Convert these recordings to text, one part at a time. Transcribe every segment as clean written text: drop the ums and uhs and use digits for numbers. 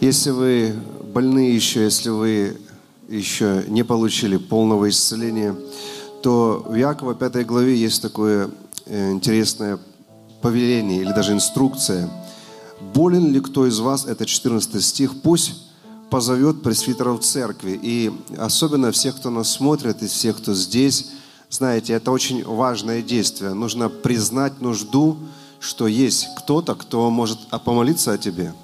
Если вы больны еще, если вы еще не получили полного исцеления, то в Иакова 5 главе есть такое интересное повеление или даже инструкция. «Болен ли кто из вас?» Это 14 стих. «Пусть позовет пресвитеров церкви». И особенно всех, кто нас смотрит, и всех, кто здесь, знаете, это очень важное действие. Нужно признать нужду, что есть кто-то, кто может помолиться о тебе.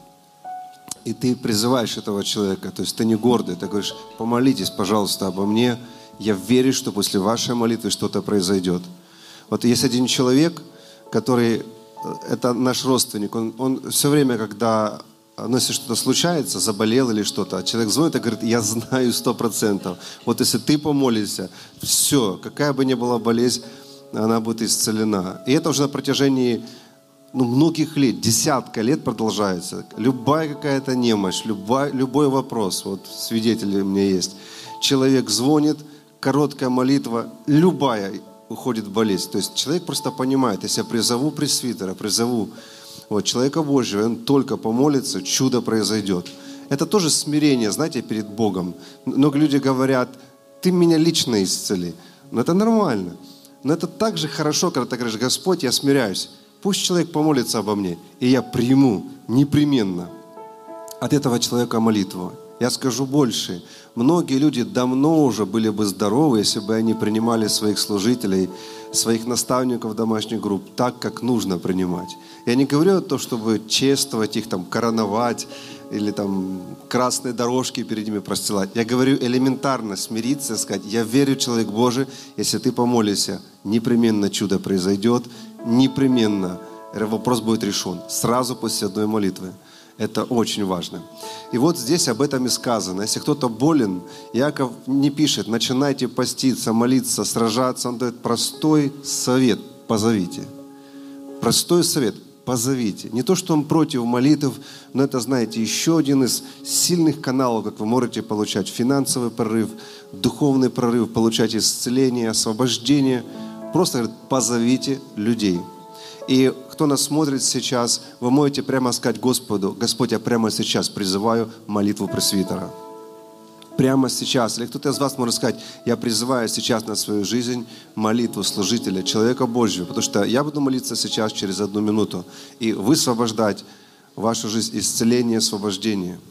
И ты призываешь этого человека, то есть ты не гордый, ты говоришь: помолитесь, пожалуйста, обо мне, я верю, что после вашей молитвы что-то произойдет. Вот есть один человек, который, это наш родственник, он все время, когда, если что-то случается, заболел или что-то, человек звонит и говорит: я знаю 100%, вот если ты помолишься, все, какая бы ни была болезнь, она будет исцелена. И это уже на протяжении многих лет, десятка лет продолжается. Любая какая-то немощь, любой вопрос, вот свидетели у меня есть. Человек звонит, короткая молитва, любая, уходит болезнь. То есть человек просто понимает, если я призову пресвитера, призову человека Божьего, он только помолится, чудо произойдет. Это тоже смирение, знаете, перед Богом. Много людей говорят: ты меня лично исцели. Но это нормально. Но это так же хорошо, когда ты говоришь: Господь, я смиряюсь. Пусть человек помолится обо мне, и я приму непременно от этого человека молитву. Я скажу больше. Многие люди давно уже были бы здоровы, если бы они принимали своих служителей, своих наставников домашних групп так, как нужно принимать. Я не говорю о том, чтобы чествовать их, короновать или красные дорожки перед ними простилать. Я говорю элементарно смириться и сказать: я верю, человек Божий, если ты помолишься, непременно чудо произойдет, непременно вопрос будет решен сразу после одной молитвы. Это очень важно. И вот здесь об этом и сказано. Если кто-то болен, Иаков не пишет: начинайте поститься, молиться, сражаться. Он дает простой совет: позовите. Простой совет: позовите. Не то, что он против молитв, но это, знаете, еще один из сильных каналов, как вы можете получать финансовый прорыв, духовный прорыв, получать исцеление, освобождение. Просто говорит: позовите людей. И кто нас смотрит сейчас, вы можете прямо сказать Господу: Господь, я прямо сейчас призываю молитву пресвитера. Прямо сейчас. Или кто-то из вас может сказать: я призываю сейчас на свою жизнь молитву служителя, человека Божьего, потому что я буду молиться сейчас через 1 минуту и высвобождать вашу жизнь, исцеление, освобождение.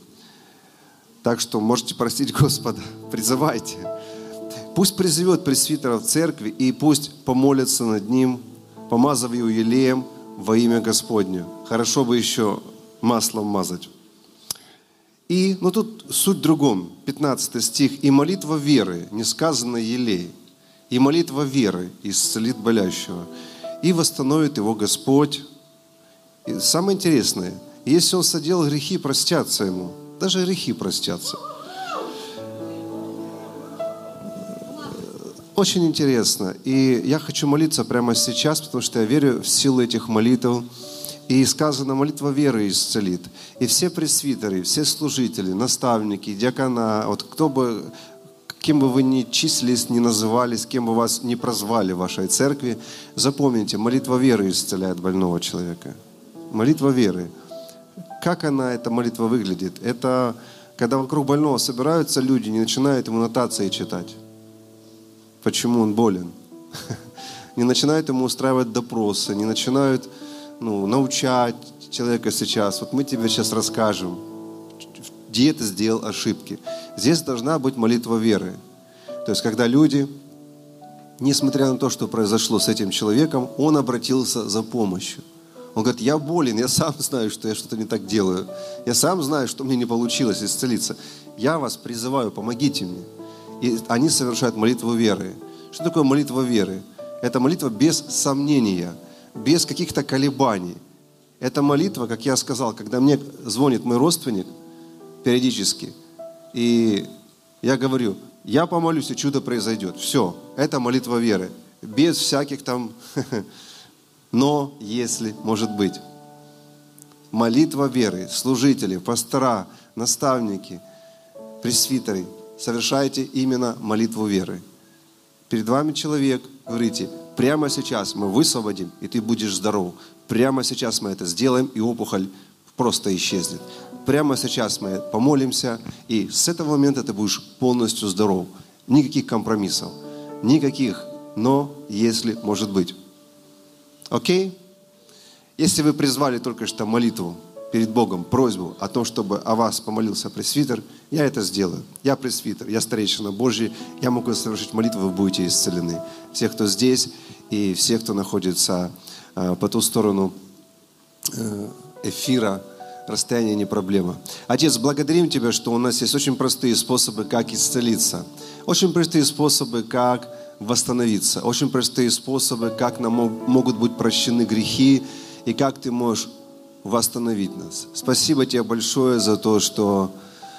Так что можете просить Господа, призывайте. Пусть призовет пресвитера в церкви и пусть помолится над ним, помазав его елеем во имя Господне. Хорошо бы еще маслом мазать. И, тут суть в другом. 15 стих. «И молитва веры, не сказано елей, и молитва веры исцелит болящего, и восстановит его Господь». И самое интересное, если он соделал грехи, простятся ему. Даже грехи простятся. Очень интересно. И я хочу молиться прямо сейчас, потому что я верю в силу этих молитв. И сказано, молитва веры исцелит. И все пресвитеры, все служители, наставники, диакона, кем бы вы ни числились, ни назывались, кем бы вас ни прозвали в вашей церкви, запомните, молитва веры исцеляет больного человека. Молитва веры. Как эта молитва выглядит? Это когда вокруг больного собираются люди, не начинают ему нотации читать. Почему он болен? Не начинают ему устраивать допросы, не начинают научать человека сейчас. Вот мы тебе сейчас расскажем, где ты сделал ошибки. Здесь должна быть молитва веры. То есть, когда люди, несмотря на то, что произошло с этим человеком, он обратился за помощью. Он говорит: я болен, я сам знаю, что я что-то не так делаю. Я сам знаю, что мне не получилось исцелиться. Я вас призываю, помогите мне. И они совершают молитву веры. Что такое молитва веры? Это молитва без сомнения, без каких-то колебаний. Это молитва, как я сказал, когда мне звонит мой родственник периодически, и я говорю: я помолюсь, и чудо произойдет. Все, это молитва веры. Без всяких но, если, может быть. Молитва веры, служители, пастора, наставники, пресвитеры, совершайте именно молитву веры. Перед вами человек, говорите: прямо сейчас мы высвободим, и ты будешь здоров. Прямо сейчас мы это сделаем, и опухоль просто исчезнет. прямо сейчас мы помолимся, и с этого момента ты будешь полностью здоров. Никаких компромиссов, никаких «но», «если», «может быть». Окей? Если вы призвали только что молитву перед Богом, просьбу о том, чтобы о вас помолился пресвитер, я это сделаю. Я пресвитер, я старейшина Божий, я могу совершить молитву, вы будете исцелены. Все, кто здесь, и все, кто находится по ту сторону эфира, расстояние не проблема. Отец, благодарим Тебя, что у нас есть очень простые способы, как исцелиться. Очень простые способы, как восстановиться. Очень простые способы, как нам могут быть прощены грехи и как Ты можешь восстановить нас. Спасибо Тебе большое за то, что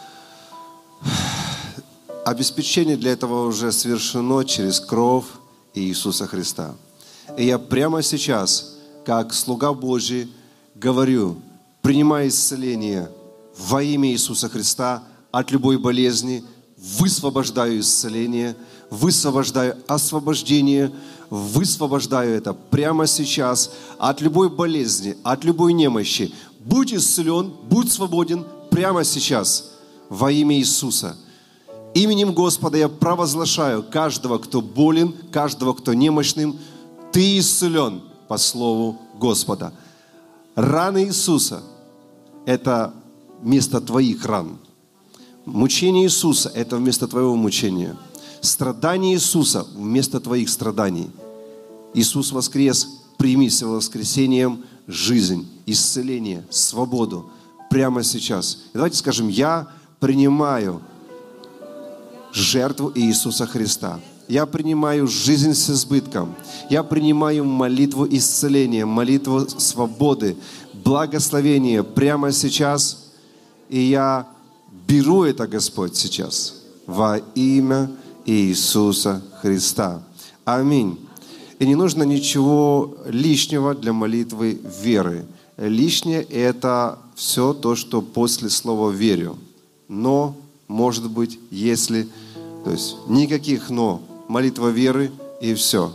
обеспечение для этого уже совершено через кровь Иисуса Христа. И я прямо сейчас, как слуга Божий, говорю, принимай исцеление во имя Иисуса Христа от любой болезни, высвобождаю исцеление, высвобождаю освобождение, высвобождаю это прямо сейчас от любой болезни, от любой немощи. Будь исцелен, будь свободен прямо сейчас во имя Иисуса. Именем Господа я провозглашаю каждого, кто болен, каждого, кто немощным, ты исцелен по слову Господа. Раны Иисуса – это вместо твоих ран. Мучение Иисуса – это вместо твоего мучения. Страдания Иисуса – вместо твоих страданий. Иисус воскрес, прими с Его воскресением жизнь, исцеление, свободу прямо сейчас. И давайте скажем, я принимаю жертву Иисуса Христа. Я принимаю жизнь с избытком. Я принимаю молитву исцеления, молитву свободы, благословения прямо сейчас. И я беру это, Господь, сейчас во имя Иисуса Христа. Аминь. И не нужно ничего лишнего для молитвы веры. Лишнее – это все то, что после слова «верю». Но, может быть, если... То есть никаких «но». Молитва веры и все.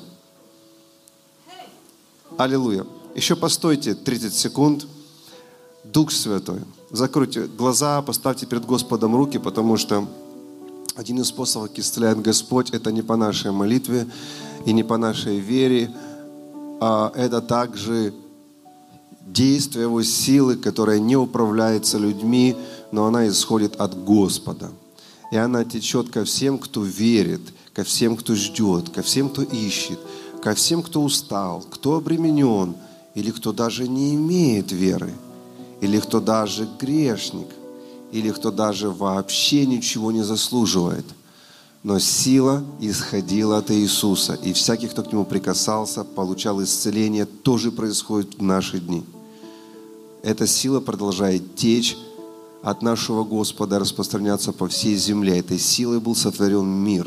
Аллилуйя. Еще постойте 30 секунд. Дух Святой. Закройте глаза, поставьте перед Господом руки, потому что один из способов, как исцеляет Господь, это не по нашей молитве и не по нашей вере, а это также действие Его силы, которая не управляется людьми, но она исходит от Господа. И она течет ко всем, кто верит, ко всем, кто ждет, ко всем, кто ищет, ко всем, кто устал, кто обременен, или кто даже не имеет веры, или кто даже грешник, или кто даже вообще ничего не заслуживает. Но сила исходила от Иисуса, и всякий, кто к Нему прикасался, получал исцеление, тоже происходит в наши дни. Эта сила продолжает течь от нашего Господа, распространяться по всей земле. Этой силой был сотворен мир.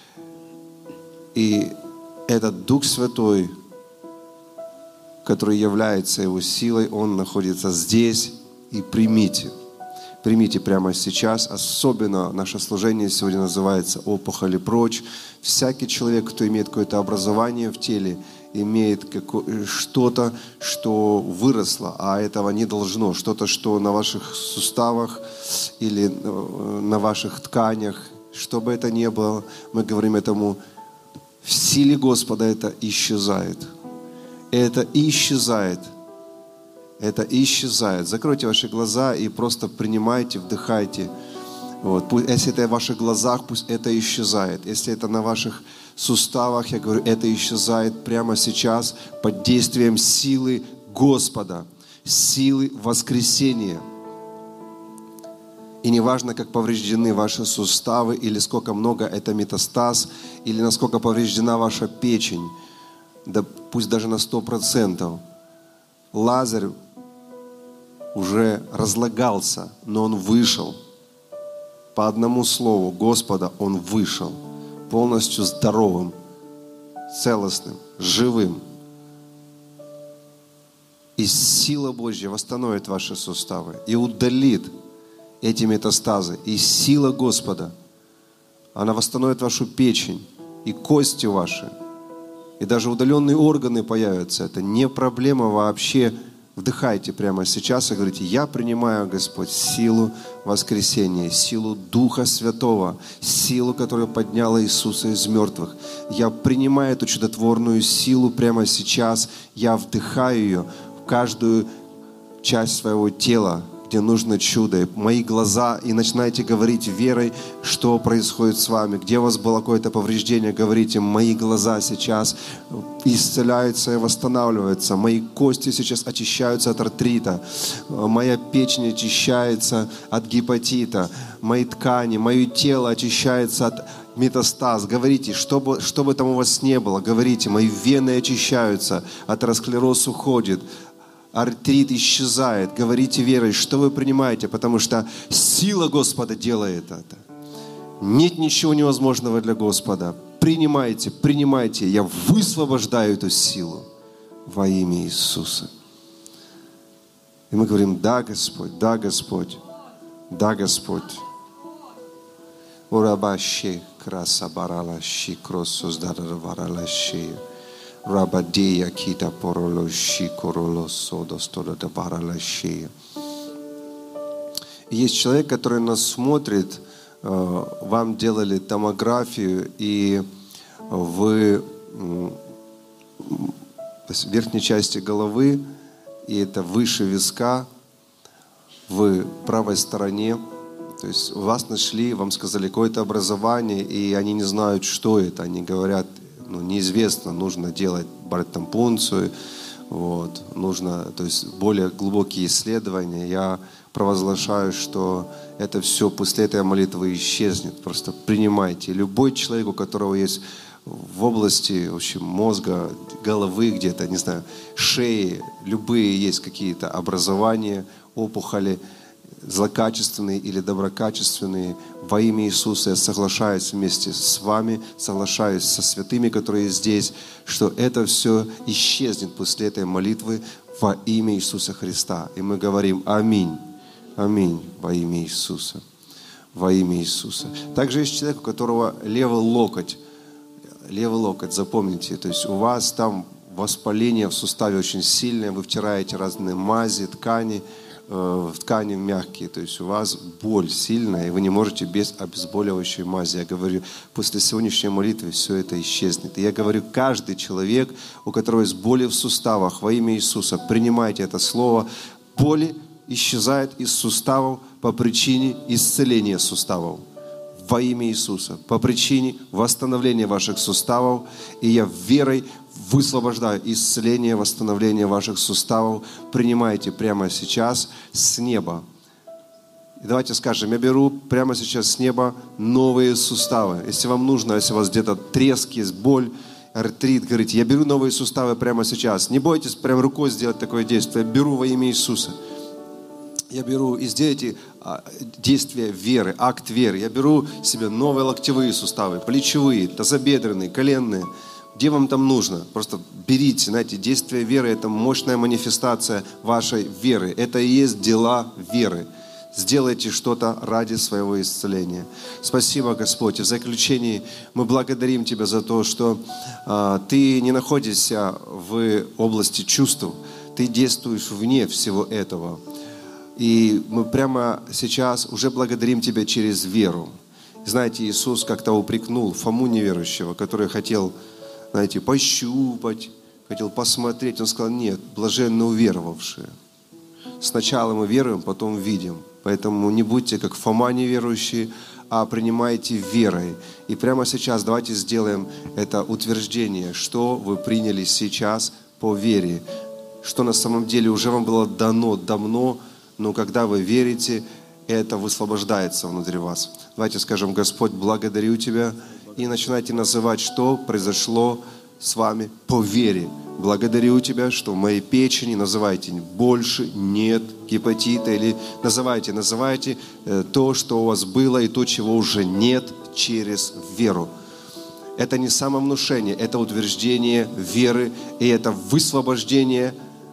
И этот Дух Святой, который является Его силой, Он находится здесь. И примите. Примите прямо сейчас. Особенно наше служение сегодня называется «Опухоль и прочь». Всякий человек, кто имеет какое-то образование в теле, имеет что-то, что выросло, а этого не должно. Что-то, что на ваших суставах или на ваших тканях. Что бы это ни было, мы говорим этому, в силе Господа это исчезает. Это исчезает. Это исчезает. Закройте ваши глаза и просто принимайте, вдыхайте. Вот. Если это в ваших глазах, пусть это исчезает. Если это на ваших суставах, я говорю, это исчезает прямо сейчас под действием силы Господа, силы воскресения. И неважно, как повреждены ваши суставы, или сколько много это метастаз, или насколько повреждена ваша печень, да пусть даже на 100%. Лазарь уже разлагался, но он вышел. По одному слову Господа он вышел. Полностью здоровым, целостным, живым. И сила Божья восстановит ваши суставы и удалит эти метастазы. И сила Господа, она восстановит вашу печень и кости ваши. И даже удаленные органы появятся. Это не проблема вообще Вдыхайте прямо сейчас и говорите: я принимаю, Господь, силу воскресения, силу Духа Святого, силу, которая подняла Иисуса из мертвых. Я принимаю эту чудотворную силу прямо сейчас. Я вдыхаю ее в каждую часть своего тела, где нужно чудо. Мои глаза, и начинайте говорить верой, что происходит с вами. Где у вас было какое-то повреждение, говорите: мои глаза сейчас исцеляются и восстанавливаются. Мои кости сейчас очищаются от артрита. Моя печень очищается от гепатита. Мои ткани, мое тело очищается от метастаз. Говорите, что бы там у вас не было, говорите: мои вены очищаются, атеросклероз уходит, артрит исчезает. Говорите верой, что вы принимаете, потому что сила Господа делает это. Нет ничего невозможного для Господа. Принимайте, принимайте. Я высвобождаю эту силу во имя Иисуса. И мы говорим: да, Господь, да, Господь, да, Господь. Урабаши краса баралаши кросус дараваралаши. Рабадея кита поролоши королосо достода баралаши. Есть человек, который нас смотрит. Вам делали томографию, и вы в верхней части головы, и это выше виска, в правой стороне. То есть вас нашли, вам сказали какое-то образование, и они не знают, что это. Они говорят: неизвестно, нужно делать бартампункцию, нужно, то есть более глубокие исследования. Я провозглашаю, что это все после этой молитвы исчезнет. Просто принимайте. Любой человек, у которого есть в области, в общем, мозга, головы где-то, не знаю, шеи, любые есть какие-то образования, опухоли, злокачественные или доброкачественные, во имя Иисуса я соглашаюсь вместе с вами, соглашаюсь со святыми, которые здесь, что это все исчезнет после этой молитвы во имя Иисуса Христа. И мы говорим: аминь. Аминь во имя Иисуса. Во имя Иисуса. Также есть человек, у которого левый локоть, запомните, то есть у вас там воспаление в суставе очень сильное, вы втираете разные мази, ткани мягкие, то есть у вас боль сильная, и вы не можете без обезболивающей мази. Я говорю, после сегодняшней молитвы все это исчезнет. И я говорю, каждый человек, у которого есть боли в суставах, во имя Иисуса, принимайте это слово. Боли исчезают из суставов по причине исцеления суставов. Во имя Иисуса. По причине восстановления ваших суставов. И я верой высвобождаю исцеление, восстановление ваших суставов. Принимайте прямо сейчас с неба. И давайте скажем: я беру прямо сейчас с неба новые суставы. Если вам нужно, если у вас где-то треск есть, боль, артрит, говорите: я беру новые суставы прямо сейчас. Не бойтесь прям рукой сделать такое действие. Я беру во имя Иисуса. Я беру и сделайте действие веры, акт веры. Я беру себе новые локтевые суставы, плечевые, тазобедренные, коленные. Где вам там нужно? Просто берите, знаете, действие веры – это мощная манифестация вашей веры. Это и есть дела веры. Сделайте что-то ради своего исцеления. Спасибо, Господь. И в заключении мы благодарим Тебя за то, что Ты не находишься в области чувств, Ты действуешь вне всего этого. И мы прямо сейчас уже благодарим Тебя через веру. Знаете, Иисус как-то упрекнул Фому неверующего, который хотел, знаете, пощупать, хотел посмотреть. Он сказал: нет, блаженны уверовавшие. Сначала мы веруем, потом видим. Поэтому не будьте как Фома неверующие, а принимайте верой. И прямо сейчас давайте сделаем это утверждение, что вы приняли сейчас по вере. Что на самом деле уже вам было дано давно, но когда вы верите, это высвобождается внутри вас. Давайте скажем: Господь, благодарю Тебя. И начинайте называть, что произошло с вами по вере. Благодарю Тебя, что в моей печени, называйте, больше нет гепатита. Или называйте то, что у вас было, и то, чего уже нет, через веру. Это не самовнушение, это утверждение веры, и это высвобождение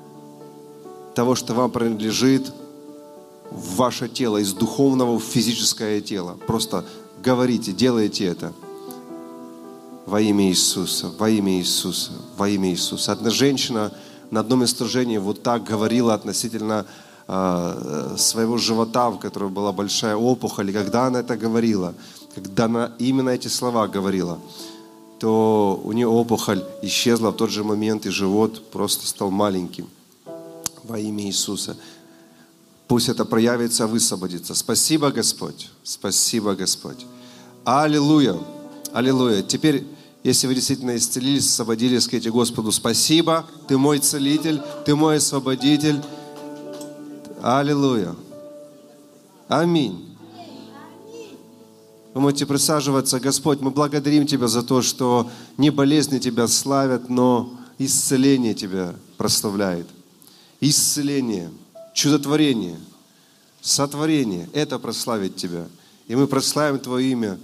того, что вам принадлежит, в ваше тело, из духовного в физическое тело. Просто говорите, делайте это. Во имя Иисуса, во имя Иисуса, во имя Иисуса. Одна женщина на одном из служений вот так говорила относительно своего живота, в котором была большая опухоль. И когда она это говорила, когда она именно эти слова говорила, то у нее опухоль исчезла в тот же момент, и живот просто стал маленьким. Во имя Иисуса. Пусть это проявится, высвободится. Спасибо, Господь. Спасибо, Господь. Аллилуйя. Аллилуйя. Теперь, если вы действительно исцелились, освободились, скажите Господу спасибо. Ты мой целитель, Ты мой освободитель. Аллилуйя. Аминь. Вы можете присаживаться. Господь, мы благодарим Тебя за то, что не болезни Тебя славят, но исцеление Тебя прославляет. Исцеление, чудотворение, сотворение – это прославит Тебя. И мы прославим Твое имя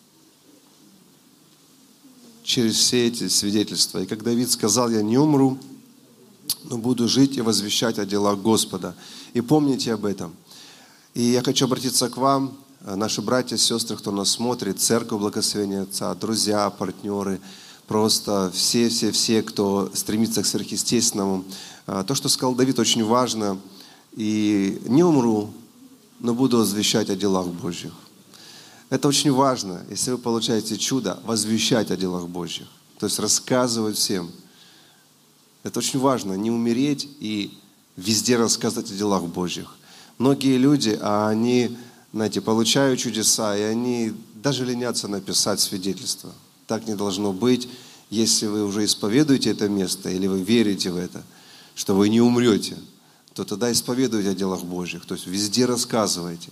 через все эти свидетельства. И как Давид сказал, я не умру, но буду жить и возвещать о делах Господа. И помните об этом. И я хочу обратиться к вам, наши братья, сестры, кто нас смотрит, Церковь Благословения Отца, друзья, партнеры, просто все, кто стремится к сверхъестественному. То, что сказал Давид, очень важно. И не умру, но буду возвещать о делах Божьих. Это очень важно, если вы получаете чудо, возвещать о делах Божьих. То есть рассказывать всем. Это очень важно, не умереть и везде рассказывать о делах Божьих. Многие люди, они, знаете, получают чудеса, и они даже ленятся написать свидетельство. Так не должно быть, если вы уже исповедуете это место, или вы верите в это, что вы не умрете, то тогда исповедуйте о делах Божьих, то есть везде рассказывайте.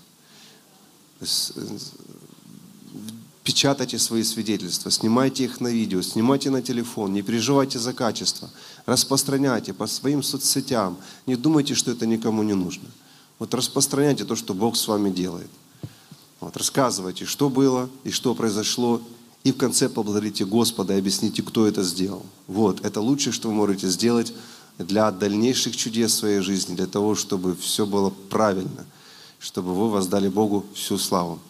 Печатайте свои свидетельства, снимайте их на видео, снимайте на телефон, не переживайте за качество, распространяйте по своим соцсетям, не думайте, что это никому не нужно. Вот распространяйте то, что Бог с вами делает. Вот, рассказывайте, что было и что произошло, и в конце поблагодарите Господа и объясните, кто это сделал. Вот, это лучшее, что вы можете сделать для дальнейших чудес в своей жизни, для того, чтобы все было правильно, чтобы вы воздали Богу всю славу.